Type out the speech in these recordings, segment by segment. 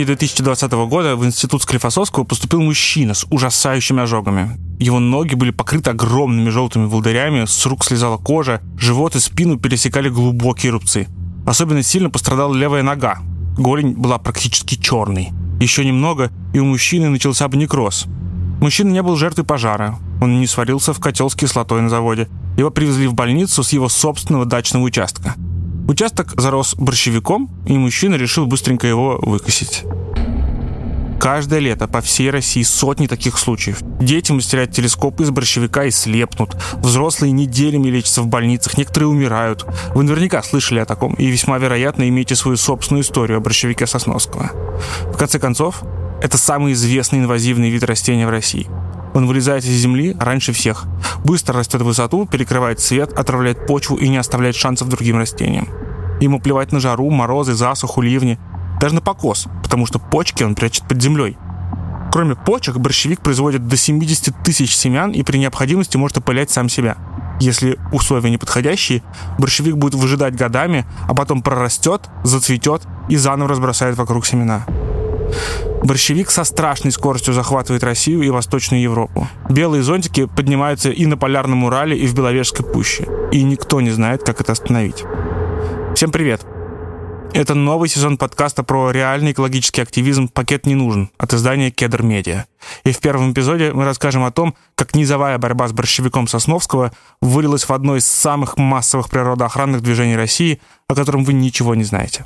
2020 года в институт Склифосовского поступил мужчина с ужасающими ожогами. Его ноги были покрыты огромными желтыми волдырями, с рук слезала кожа, живот и спину пересекали глубокие рубцы. Особенно сильно пострадала левая нога. Голень была практически черной. Еще немного, и у мужчины начался бы некроз. Мужчина не был жертвой пожара. Он не сварился в котел с кислотой на заводе. Его привезли в больницу с его собственного дачного участка. Участок зарос борщевиком, и мужчина решил быстренько его выкосить. Каждое лето по всей России сотни таких случаев. Дети мастерят телескопы из борщевика и слепнут. Взрослые неделями лечатся в больницах, некоторые умирают. Вы наверняка слышали о таком, и весьма вероятно имеете свою собственную историю о борщевике Сосновского. В конце концов, это самый известный инвазивный вид растения в России. Он вылезает из земли раньше всех, быстро растет в высоту, перекрывает свет, отравляет почву и не оставляет шансов другим растениям. Ему плевать на жару, морозы, засуху, ливни, даже на покос, потому что почки он прячет под землей. Кроме почек, борщевик производит до 70 тысяч семян и при необходимости может опылять сам себя. Если условия неподходящие, борщевик будет выжидать годами, а потом прорастет, зацветет и заново разбросает вокруг семена. Борщевик со страшной скоростью захватывает Россию и Восточную Европу. Белые зонтики поднимаются и на Полярном Урале, и в Беловежской пуще. И никто не знает, как это остановить. Всем привет! Это новый сезон подкаста про реальный экологический активизм «Пакет не нужен» от издания «Кедр Медиа». И в первом эпизоде мы расскажем о том, как низовая борьба с борщевиком Сосновского вылилась в одно из самых массовых природоохранных движений России, о котором вы ничего не знаете.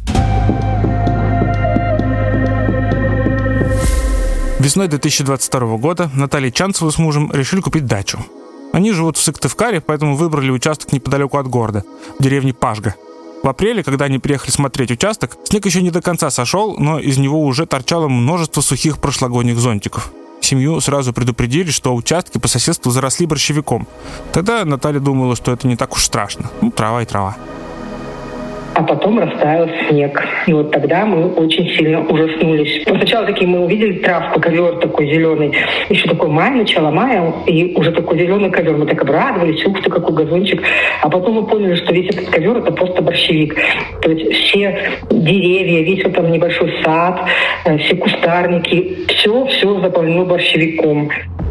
Весной 2022 года Наталья Чанцева с мужем решили купить дачу. Они живут в Сыктывкаре, поэтому выбрали участок неподалеку от города, в деревне Пашга. В апреле, когда они приехали смотреть участок, снег еще не до конца сошел, но из него уже торчало множество сухих прошлогодних зонтиков. Семью сразу предупредили, что участки по соседству заросли борщевиком. Тогда Наталья думала, что это не так уж страшно. Трава и трава. А потом растаял снег. И вот тогда мы очень сильно ужаснулись. Сначала мы увидели травку, ковер такой зеленый. Еще такой май, начало мая, и уже такой зеленый ковер. Мы так обрадовались, ух ты, какой газончик. А потом мы поняли, что весь этот ковер — это просто борщевик. То есть все деревья, весь вот там небольшой сад, все кустарники, все заполнено борщевиком.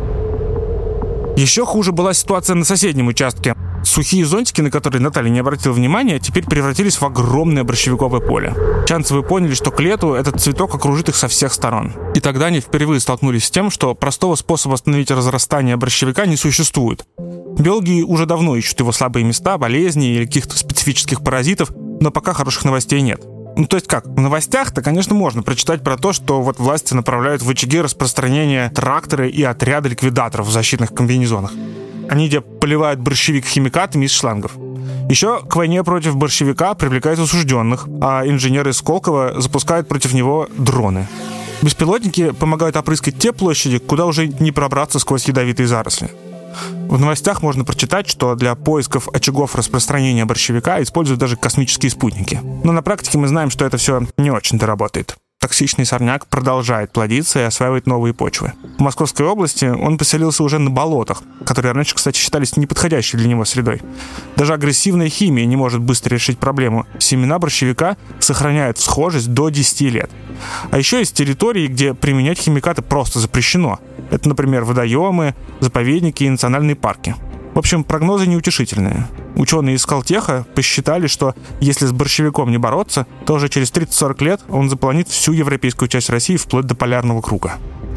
Еще хуже была ситуация на соседнем участке. Сухие зонтики, на которые Наталья не обратила внимания, теперь превратились в огромное борщевиковое поле. Чанцевы поняли, что к лету этот цветок окружит их со всех сторон. И тогда они впервые столкнулись с тем, что простого способа остановить разрастание борщевика не существует. Биологи уже давно ищут его слабые места, болезни или каких-то специфических паразитов, но пока хороших новостей нет. То есть как? В новостях-то, конечно, можно прочитать про то, что вот власти направляют в очаги распространения тракторы и отряды ликвидаторов в защитных комбинезонах. Они где поливают борщевик химикатами из шлангов. Еще к войне против борщевика привлекают осужденных, а инженеры из Сколково запускают против него дроны. Беспилотники помогают опрыскать те площади, куда уже не пробраться сквозь ядовитые заросли. В новостях можно прочитать, что для поисков очагов распространения борщевика используют даже космические спутники. Но на практике мы знаем, что это все не очень-то работает. Токсичный сорняк продолжает плодиться и осваивать новые почвы. В Московской области он поселился уже на болотах, которые раньше, кстати, считались неподходящей для него средой. Даже агрессивная химия не может быстро решить проблему. Семена борщевика сохраняют схожесть до 10 лет. А еще есть территории, где применять химикаты просто запрещено. Это, например, водоемы, заповедники и национальные парки. В общем, прогнозы неутешительные. Ученые из Скалтеха посчитали, что если с борщевиком не бороться, то уже через 30-40 лет он заполонит всю европейскую часть России вплоть до полярного круга.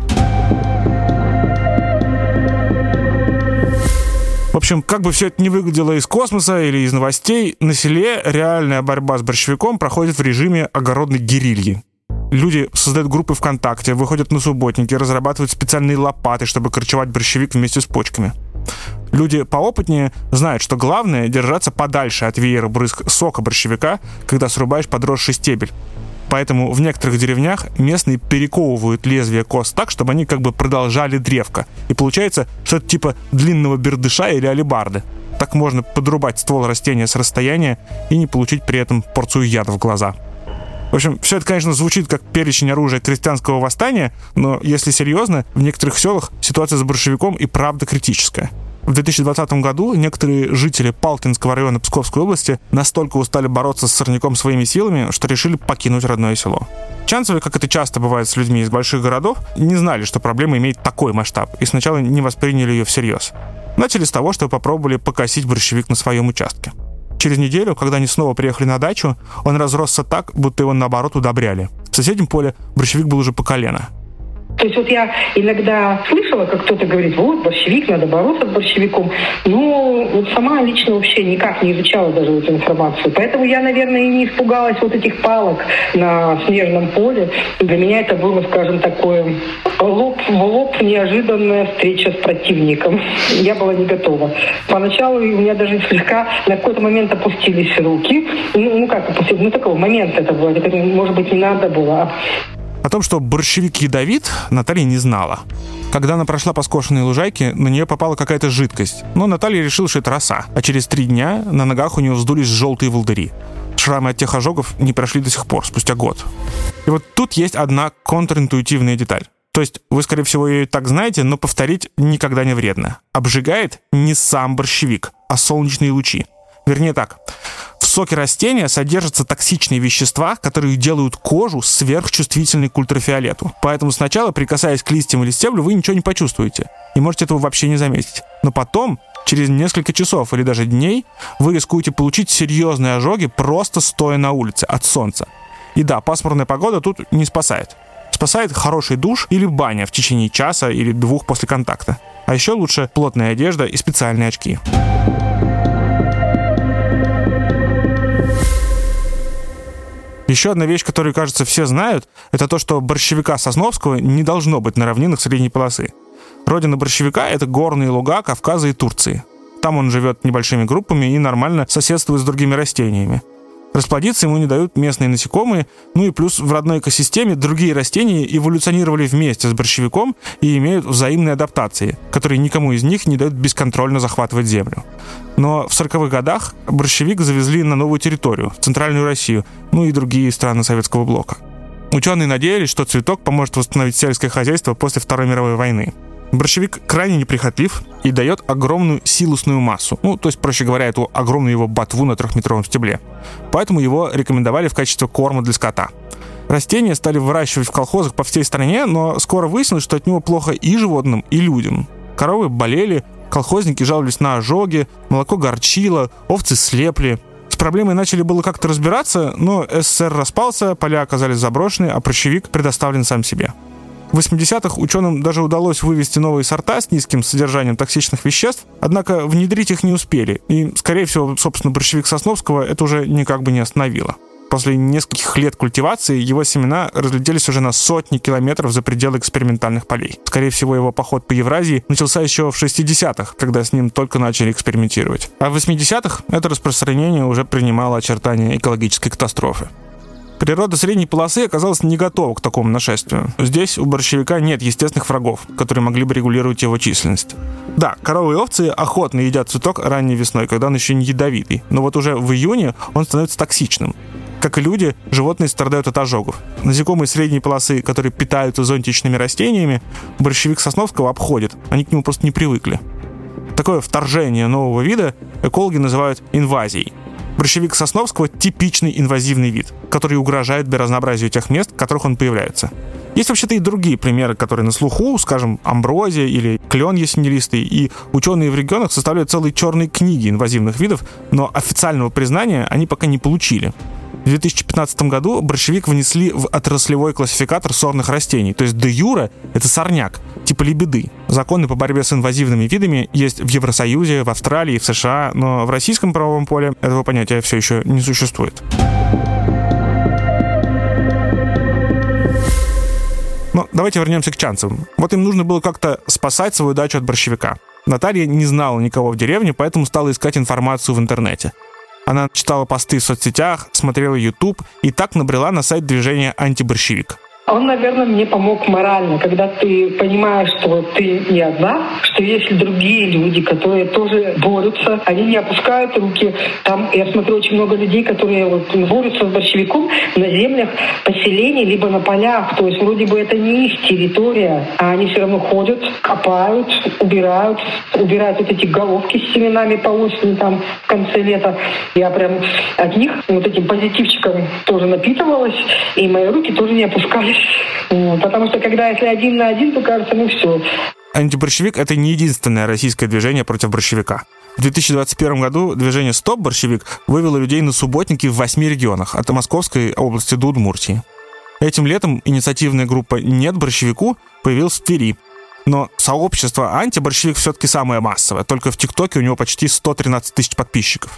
В общем, как бы все это ни выглядело из космоса или из новостей, на селе реальная борьба с борщевиком проходит в режиме огородной герильи. Люди создают группы ВКонтакте, выходят на субботники, разрабатывают специальные лопаты, чтобы корчевать борщевик вместе с почками. Люди поопытнее знают, что главное — держаться подальше от веера брызг сока борщевика, когда срубаешь подросший стебель. Поэтому в некоторых деревнях местные перековывают лезвие кос так, чтобы они как бы продолжали древко. И получается что-то типа длинного бердыша или алебарды. Так можно подрубать ствол растения с расстояния и не получить при этом порцию яда в глаза. В общем, все это, конечно, звучит как перечень оружия крестьянского восстания, но, если серьезно, в некоторых селах ситуация с борщевиком и правда критическая. В 2020 году некоторые жители Палкинского района Псковской области настолько устали бороться с сорняком своими силами, что решили покинуть родное село. Чанцевы, как это часто бывает с людьми из больших городов, не знали, что проблема имеет такой масштаб, и сначала не восприняли ее всерьез. Начали с того, что попробовали покосить борщевик на своем участке. Через неделю, когда они снова приехали на дачу, он разросся так, будто его, наоборот, удобряли. В соседнем поле борщевик был уже по колено. То есть вот я иногда слышала, как кто-то говорит, вот, борщевик, надо бороться с борщевиком. Но вот сама лично вообще никак не изучала даже эту информацию. Поэтому я, наверное, и не испугалась вот этих палок на снежном поле. Для меня это было, скажем, такое лоб в лоб неожиданная встреча с противником. Я была не готова. Поначалу у меня даже слегка на какой-то момент опустились руки. Ну как опустились? Ну такого момента это было. Это, может быть, не надо было. О том, что борщевик ядовит, Наталья не знала. Когда она прошла по скошенной лужайке, на нее попала какая-то жидкость. Но Наталья решила, что это роса. А через 3 дня на ногах у нее вздулись желтые волдыри. Шрамы от тех ожогов не прошли до сих пор, спустя год. И вот тут есть одна контринтуитивная деталь. То есть вы, скорее всего, ее и так знаете, но повторить никогда не вредно. Обжигает не сам борщевик, а солнечные лучи. Вернее так, в соке растения содержатся токсичные вещества, которые делают кожу сверхчувствительной к ультрафиолету. Поэтому сначала, прикасаясь к листьям или стеблю, вы ничего не почувствуете. И можете этого вообще не заметить. Но потом, через несколько часов или даже дней, вы рискуете получить серьезные ожоги, просто стоя на улице от солнца. И да, пасмурная погода тут не спасает. Спасает хороший душ или баня в течение часа или 2 после контакта. А еще лучше плотная одежда и специальные очки. Еще одна вещь, которую, кажется, все знают, это то, что борщевика сосновского не должно быть на равнинах средней полосы. Родина борщевика — это горные луга Кавказа и Турции. Там он живет небольшими группами и нормально соседствует с другими растениями. Расплодиться ему не дают местные насекомые, ну и плюс в родной экосистеме другие растения эволюционировали вместе с борщевиком и имеют взаимные адаптации, которые никому из них не дают бесконтрольно захватывать землю. Но в 40-х годах борщевик завезли на новую территорию, в Центральную Россию, ну и другие страны Советского блока. Ученые надеялись, что цветок поможет восстановить сельское хозяйство после Второй мировой войны. Борщевик крайне неприхотлив и дает огромную силосную массу. Ну, то есть, проще говоря, эту огромную его ботву на 3-метровом стебле. Поэтому его рекомендовали в качестве корма для скота. Растения стали выращивать в колхозах по всей стране, но скоро выяснилось, что от него плохо и животным, и людям. Коровы болели, колхозники жаловались на ожоги, молоко горчило, овцы слепли. С проблемой начали было как-то разбираться, но СССР распался, поля оказались заброшены, а борщевик предоставлен сам себе. В 80-х ученым даже удалось вывести новые сорта с низким содержанием токсичных веществ, однако внедрить их не успели, и, скорее всего, собственно, борщевик сосновского это уже никак бы не остановило. После нескольких лет культивации его семена разлетелись уже на сотни километров за пределы экспериментальных полей. Скорее всего, его поход по Евразии начался еще в 60-х, когда с ним только начали экспериментировать. А в 80-х это распространение уже принимало очертания экологической катастрофы. Природа средней полосы оказалась не готова к такому нашествию. Здесь у борщевика нет естественных врагов, которые могли бы регулировать его численность. Да, коровы и овцы охотно едят цветок ранней весной, когда он еще не ядовитый, но вот уже в июне он становится токсичным. Как и люди, животные страдают от ожогов. Насекомые средней полосы, которые питаются зонтичными растениями, борщевик сосновского обходит, они к нему просто не привыкли. Такое вторжение нового вида экологи называют инвазией. Борщевик сосновского – типичный инвазивный вид, который угрожает биоразнообразию тех мест, в которых он появляется. Есть вообще-то и другие примеры, которые на слуху, скажем, амброзия или клен ясенелистый, и ученые в регионах составляют целые черные книги инвазивных видов, но официального признания они пока не получили. В 2015 году борщевик внесли в отраслевой классификатор сорных растений, то есть де юре это сорняк, типа лебеды. Законы по борьбе с инвазивными видами есть в Евросоюзе, в Австралии, в США, но в российском правовом поле этого понятия все еще не существует. Но давайте вернемся к Чанцевым. Вот им нужно было как-то спасать свою дачу от борщевика. Наталья не знала никого в деревне, поэтому стала искать информацию в интернете. Она читала посты в соцсетях, смотрела YouTube и так набрела на сайт движения «Антиборщевик». Он, наверное, мне помог морально, когда ты понимаешь, что ты не одна, что есть другие люди, которые тоже борются, они не опускают руки. Там, я смотрю, очень много людей, которые борются с борщевиком на землях поселений, либо на полях. То есть вроде бы это не их территория, а они все равно ходят, копают, убирают вот эти головки с семенами по осени там в конце лета. Я прям от них вот этим позитивчиком тоже напитывалась, и мои руки тоже не опускались. Потому что когда если один на один, то кажется, все. Антиборщевик – это не единственное российское движение против борщевика. В 2021 году движение «Стоп борщевик» вывело людей на субботники в 8 регионах, от Московской области до Удмуртии. Этим летом инициативная группа «Нет борщевику» появилась в Твери. Но сообщество «Антиборщевик» все-таки самое массовое. Только в ТикТоке у него почти 113 тысяч подписчиков.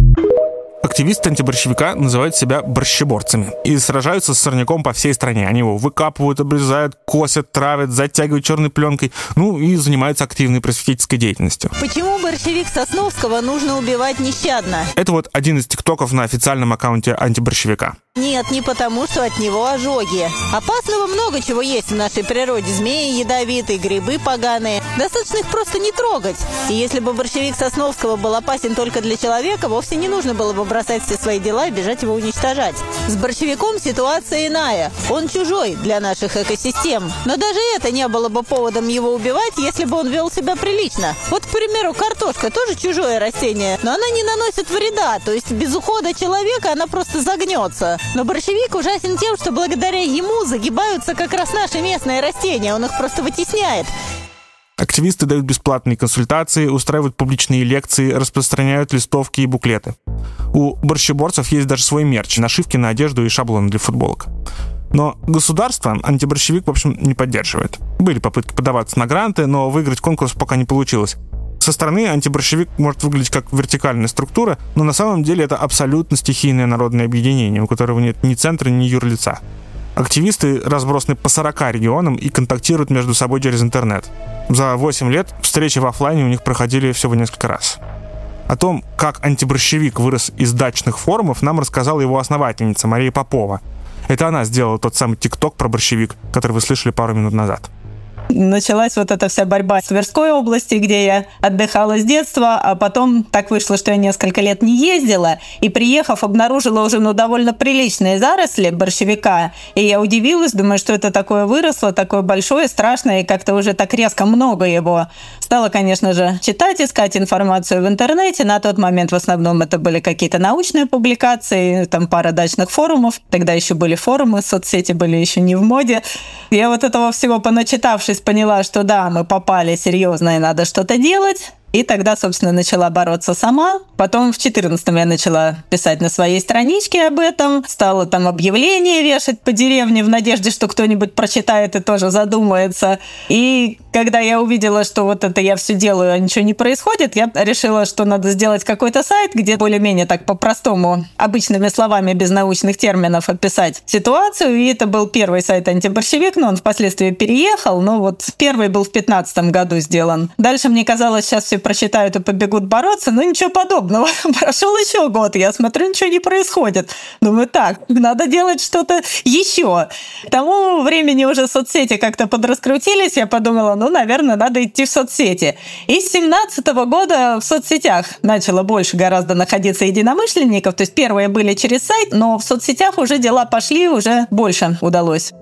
Активисты антиборщевика называют себя борщеборцами и сражаются с сорняком по всей стране. Они его выкапывают, обрезают, косят, травят, затягивают черной пленкой, и занимаются активной просветительской деятельностью. Почему борщевик Сосновского нужно убивать нещадно? Это вот один из тиктоков на официальном аккаунте антиборщевика. Нет, не потому, что от него ожоги. Опасного много чего есть в нашей природе. Змеи ядовитые, грибы поганые. Достаточно их просто не трогать. И если бы борщевик Сосновского был опасен только для человека, вовсе не нужно было бы бросать все свои дела и бежать его уничтожать. С борщевиком ситуация иная. Он чужой для наших экосистем. Но даже это не было бы поводом его убивать, если бы он вел себя прилично. Вот, к примеру, картошка тоже чужое растение, но она не наносит вреда. То есть без ухода человека она просто загнется. Но борщевик ужасен тем, что благодаря ему загибаются как раз наши местные растения. Он их просто вытесняет. Активисты дают бесплатные консультации, устраивают публичные лекции, распространяют листовки и буклеты. У борщеборцев есть даже свой мерч, нашивки на одежду и шаблоны для футболок. Но государство антиборщевик, в общем, не поддерживает. Были попытки подаваться на гранты, но выиграть конкурс пока не получилось. Со стороны антиборщевик может выглядеть как вертикальная структура, но на самом деле это абсолютно стихийное народное объединение, у которого нет ни центра, ни юрлица. Активисты разбросаны по 40 регионам и контактируют между собой через интернет. За 8 лет встречи в офлайне у них проходили всего несколько раз. О том, как антиборщевик вырос из дачных форумов, нам рассказала его основательница Мария Попова. Это она сделала тот самый тикток про борщевик, который вы слышали пару минут назад. Началась вот эта вся борьба в Тверской области, где я отдыхала с детства, а потом так вышло, что я несколько лет не ездила, и, приехав, обнаружила уже довольно приличные заросли борщевика, и я удивилась, думаю, что это такое выросло, такое большое, страшное, и как-то уже так резко много его. Стала, конечно же, читать, искать информацию в интернете. На тот момент в основном это были какие-то научные публикации, там пара дачных форумов. Тогда еще были форумы, соцсети были еще не в моде. Я вот этого всего, поначитавшись, поняла, что да, мы попали серьезно и надо что-то делать. И тогда, собственно, начала бороться сама. Потом в 2014-м я начала писать на своей страничке об этом. Стала там объявления вешать по деревне в надежде, что кто-нибудь прочитает и тоже задумается. И когда я увидела, что вот это я все делаю, а ничего не происходит, я решила, что надо сделать какой-то сайт, где более-менее так по-простому, обычными словами, без научных терминов описать ситуацию. И это был первый сайт «Антиборщевик», но он впоследствии переехал. Но вот первый был в 2015 году сделан. Дальше мне казалось, сейчас все прочитают и побегут бороться, но ничего подобного. Прошел еще год, я смотрю, ничего не происходит. Думаю, так, надо делать что-то еще. К тому времени уже соцсети как-то подраскрутились, я подумала, наверное, надо идти в соцсети. И с 2017 года в соцсетях начало больше гораздо находиться единомышленников, то есть первые были через сайт, но в соцсетях уже дела пошли, уже больше удалось.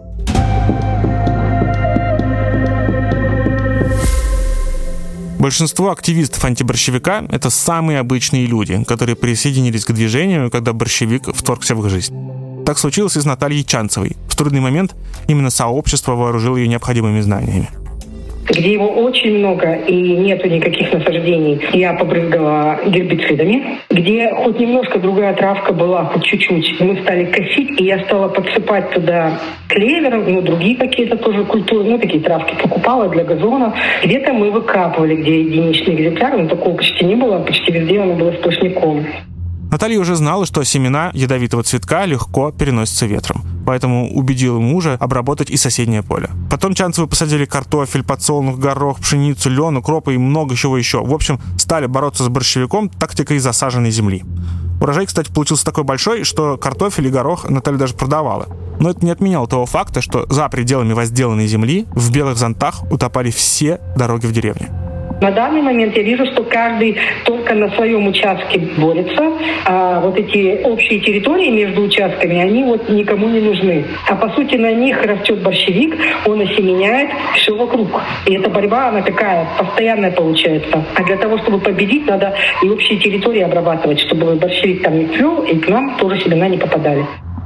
Большинство активистов антиборщевика – это самые обычные люди, которые присоединились к движению, когда борщевик вторгся в их жизнь. Так случилось и с Натальей Чанцевой. В трудный момент именно сообщество вооружило ее необходимыми знаниями. Где его очень много и нету никаких насаждений. Я побрызгала гербицидами, где хоть немножко другая травка была, хоть чуть-чуть. Мы стали косить, и я стала подсыпать туда клевер, другие какие-то тоже культуры, такие травки покупала для газона. Где-то мы выкапывали, где единичный экземпляр, но такого почти не было, почти везде оно было сплошняком. Наталья уже знала, что семена ядовитого цветка легко переносятся ветром, поэтому убедила мужа обработать и соседнее поле. Потом Чанцевы посадили картофель, подсолнух, горох, пшеницу, лен, укроп и много чего еще. В общем, стали бороться с борщевиком тактикой засаженной земли. Урожай, кстати, получился такой большой, что картофель и горох Наталья даже продавала. Но это не отменяло того факта, что за пределами возделанной земли в белых зонтах утопали все дороги в деревне. На данный момент я вижу, что каждый только на своем участке борется, а вот эти общие территории между участками, они вот никому не нужны. А по сути на них растет борщевик, он осеменяет все вокруг. И эта борьба, она такая, постоянная получается. А для того, чтобы победить, надо и общие территории обрабатывать, чтобы борщевик там не цвел, и к нам тоже семена не попадали.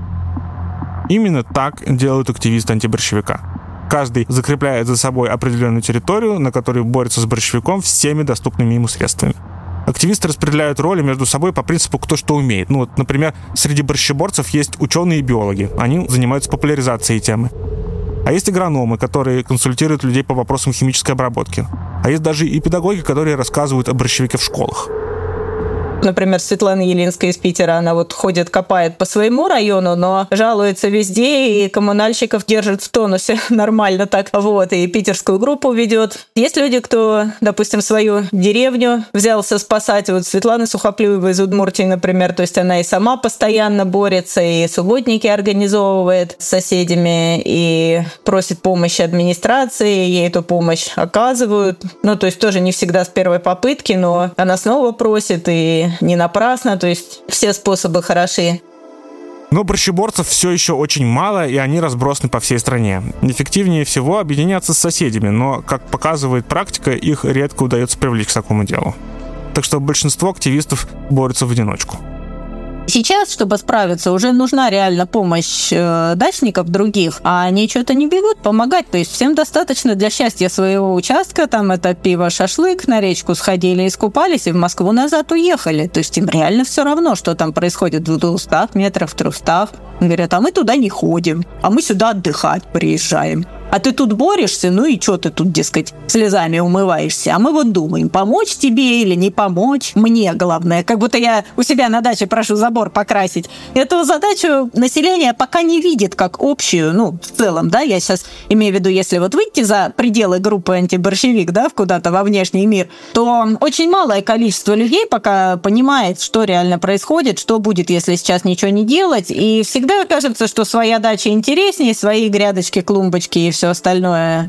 Именно так делают активисты антиборщевика. Каждый закрепляет за собой определенную территорию, на которой борется с борщевиком всеми доступными ему средствами. Активисты распределяют роли между собой по принципу «кто что умеет». Ну вот, например, среди борщеборцев есть ученые и биологи. Они занимаются популяризацией темы. А есть агрономы, которые консультируют людей по вопросам химической обработки. А есть даже и педагоги, которые рассказывают о борщевике в школах. Например, Светлана Елинская из Питера, она вот ходит, копает по своему району, но жалуется везде, и коммунальщиков держит в тонусе нормально так. Вот, и питерскую группу ведет. Есть люди, кто, допустим, свою деревню взялся спасать. Вот Светлана Сухоплюева из Удмуртии, например, то есть она и сама постоянно борется, и субботники организовывает с соседями, и просит помощи администрации, ей эту помощь оказывают. Ну, то есть тоже не всегда с первой попытки, но она снова просит, и не напрасно, то есть все способы хороши. Но борщеборцев все еще очень мало, и они разбросаны по всей стране. Эффективнее всего объединяться с соседями, но, как показывает практика, их редко удается привлечь к такому делу. Так что большинство активистов борются в одиночку. Сейчас, чтобы справиться, уже нужна реально помощь дачников других, а они что-то не бегут помогать. То есть всем достаточно для счастья своего участка, там это пиво, шашлык, на речку сходили, искупались и в Москву назад уехали. То есть им реально все равно, что там происходит в 200 метрах, в 300. Говорят, а мы туда не ходим, а мы сюда отдыхать приезжаем. А ты тут борешься, ну и что ты тут, дескать, слезами умываешься? А мы вот думаем, помочь тебе или не помочь. Мне главное, как будто я у себя на даче прошу забор покрасить. Эту задачу население пока не видит как общую, ну, в целом, да, я сейчас имею в виду, если вот выйти за пределы группы антиборщевик, да, куда-то во внешний мир, то очень малое количество людей пока понимает, что реально происходит, что будет, если сейчас ничего не делать. И всегда кажется, что своя дача интереснее, свои грядочки, клумбочки и все остальное.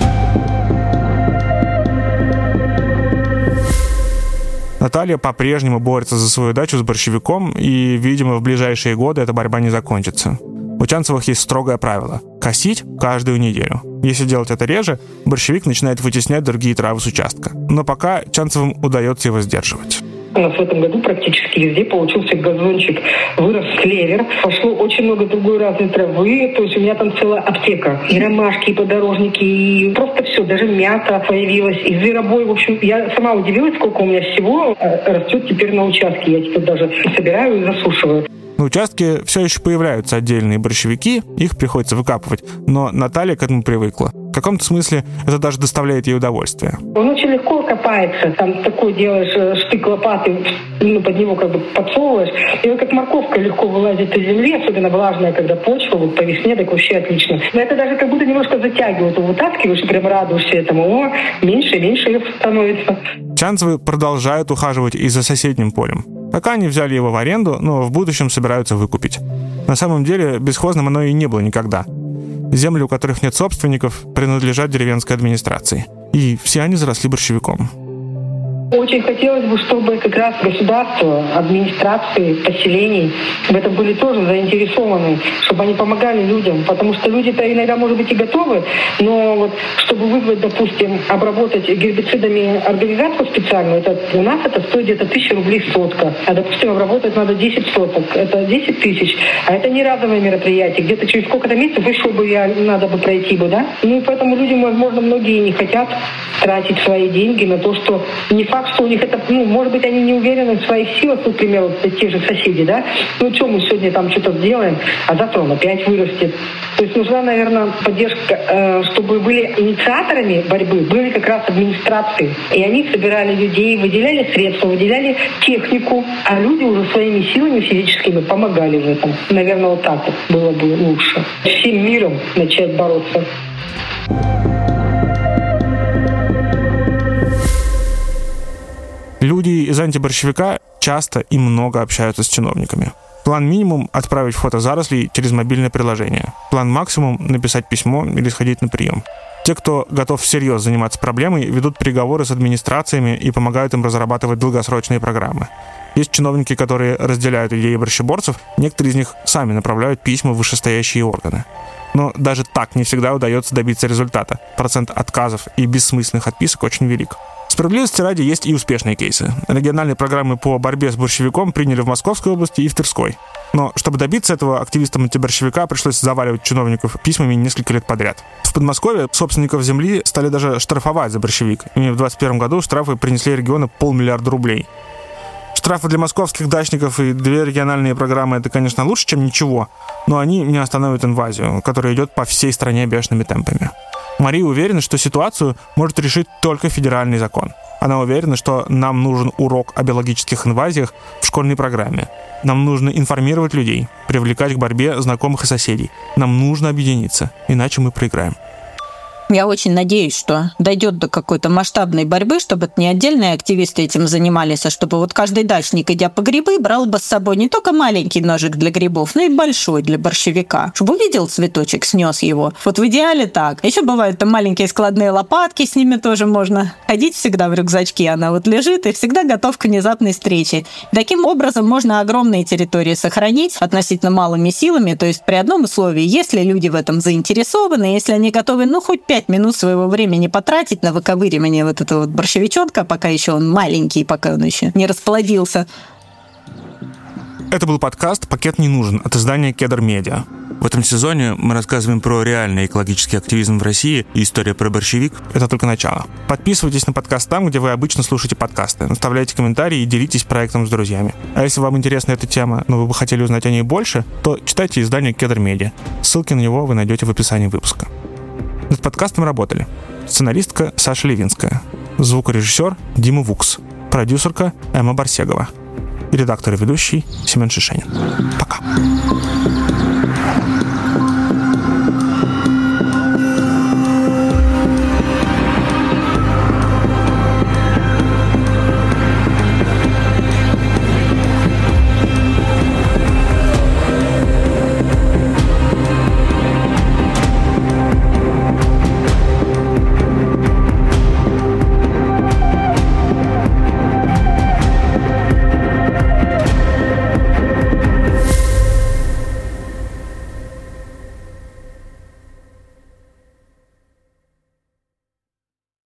Наталья по-прежнему борется за свою дачу с борщевиком, и, видимо, в ближайшие годы эта борьба не закончится. У Чанцевых есть строгое правило – косить каждую неделю. Если делать это реже, борщевик начинает вытеснять другие травы с участка. Но пока Чанцевым удается его сдерживать. У нас в этом году практически везде получился газончик, вырос клевер, пошло очень много другой разной травы, то есть у меня там целая аптека. И ромашки, и подорожники, и просто все, даже мята появилась, и зверобой. В общем, я сама удивилась, сколько у меня всего растет теперь на участке. Я теперь даже собираю и засушиваю. На участке все еще появляются отдельные борщевики, их приходится выкапывать, но Наталья к этому привыкла. В каком-то смысле это даже доставляет ей удовольствие. Он очень легко копается, там такой делаешь штык лопаты, ну, под него как бы подсовываешь, и он как морковка легко вылазит из земли, особенно влажная, когда почва, вот по весне, так вообще отлично. Но это даже как будто немножко затягивает, вытаскиваешь, и прям радуешься этому, меньше и меньше их становится. Чанцевы продолжают ухаживать и за соседним полем. Пока они взяли его в аренду, но в будущем собираются выкупить. На самом деле, бесхозным оно и не было никогда. Земли, у которых нет собственников, принадлежат деревенской администрации. И все они заросли борщевиком. Очень хотелось бы, чтобы как раз государство, администрации, поселений в этом были тоже заинтересованы, чтобы они помогали людям, потому что люди-то иногда, может быть, и готовы, но вот чтобы вызвать, допустим, обработать гербицидами организацию специальную, это, у нас это стоит где-то 1000 рублей сотка, а, допустим, обработать надо 10 соток, это 10 тысяч, а это не разовое мероприятие, где-то через сколько-то месяцев еще бы надо бы пройти бы, да? Ну и поэтому людям, возможно, многие не хотят тратить свои деньги на то, что не факт, что у них это, ну, может быть, они не уверены в своих силах, ну, к примеру, те же соседи, да, ну, что мы сегодня там что-то сделаем, а завтра он опять вырастет. То есть нужна, наверное, поддержка, чтобы были инициаторами борьбы, были как раз администрации. И они собирали людей, выделяли средства, выделяли технику, а люди уже своими силами физическими помогали в этом. Наверное, вот так вот было бы лучше. Всем миром начать бороться. Люди из антиборщевика часто и много общаются с чиновниками. План минимум – отправить фото зарослей через мобильное приложение. План максимум – написать письмо или сходить на прием. Те, кто готов всерьез заниматься проблемой, ведут переговоры с администрациями и помогают им разрабатывать долгосрочные программы. Есть чиновники, которые разделяют идеи борщеборцев, некоторые из них сами направляют письма в вышестоящие органы. Но даже так не всегда удается добиться результата. Процент отказов и бессмысленных отписок очень велик. Справедливости ради, есть и успешные кейсы. Региональные программы по борьбе с борщевиком приняли в Московской области и в Тверской. Но чтобы добиться этого, активистам антиборщевика пришлось заваливать чиновников письмами несколько лет подряд. В Подмосковье собственников земли стали даже штрафовать за борщевик. И в 2021 году штрафы принесли региону 500 000 000 рублей. Штрафы для московских дачников и 2 региональные программы – это, конечно, лучше, чем ничего, но они не остановят инвазию, которая идет по всей стране бешеными темпами. Мария уверена, что ситуацию может решить только федеральный закон. Она уверена, что нам нужен урок о биологических инвазиях в школьной программе. Нам нужно информировать людей, привлекать к борьбе знакомых и соседей. Нам нужно объединиться, иначе мы проиграем. Я очень надеюсь, что дойдет до какой-то масштабной борьбы, чтобы это не отдельные активисты этим занимались, а чтобы вот каждый дачник, идя по грибы, брал бы с собой не только маленький ножик для грибов, но и большой для борщевика. Чтобы увидел цветочек, снес его. Вот в идеале так. Еще бывают там маленькие складные лопатки, с ними тоже можно ходить всегда в рюкзачке. Она вот лежит и всегда готов к внезапной встрече. Таким образом можно огромные территории сохранить относительно малыми силами, то есть при одном условии, если люди в этом заинтересованы, если они готовы, хоть 5 минут своего времени потратить на выковыривание вот этого вот борщевичонка, пока еще он маленький, пока он еще не расплодился. Это был подкаст «Пакет не нужен» от издания «Кедр Медиа». В этом сезоне мы рассказываем про реальный экологический активизм в России, и история про борщевик – это только начало. Подписывайтесь на подкаст там, где вы обычно слушаете подкасты, оставляйте комментарии и делитесь проектом с друзьями. А если вам интересна эта тема, но вы бы хотели узнать о ней больше, то читайте издание «Кедр Медиа». Ссылки на него вы найдете в описании выпуска. Над подкастом работали сценаристка Саша Левинская, звукорежиссер Дима Вукс, продюсерка Эмма Барсегова и редактор и ведущий Семен Шишенин. Пока.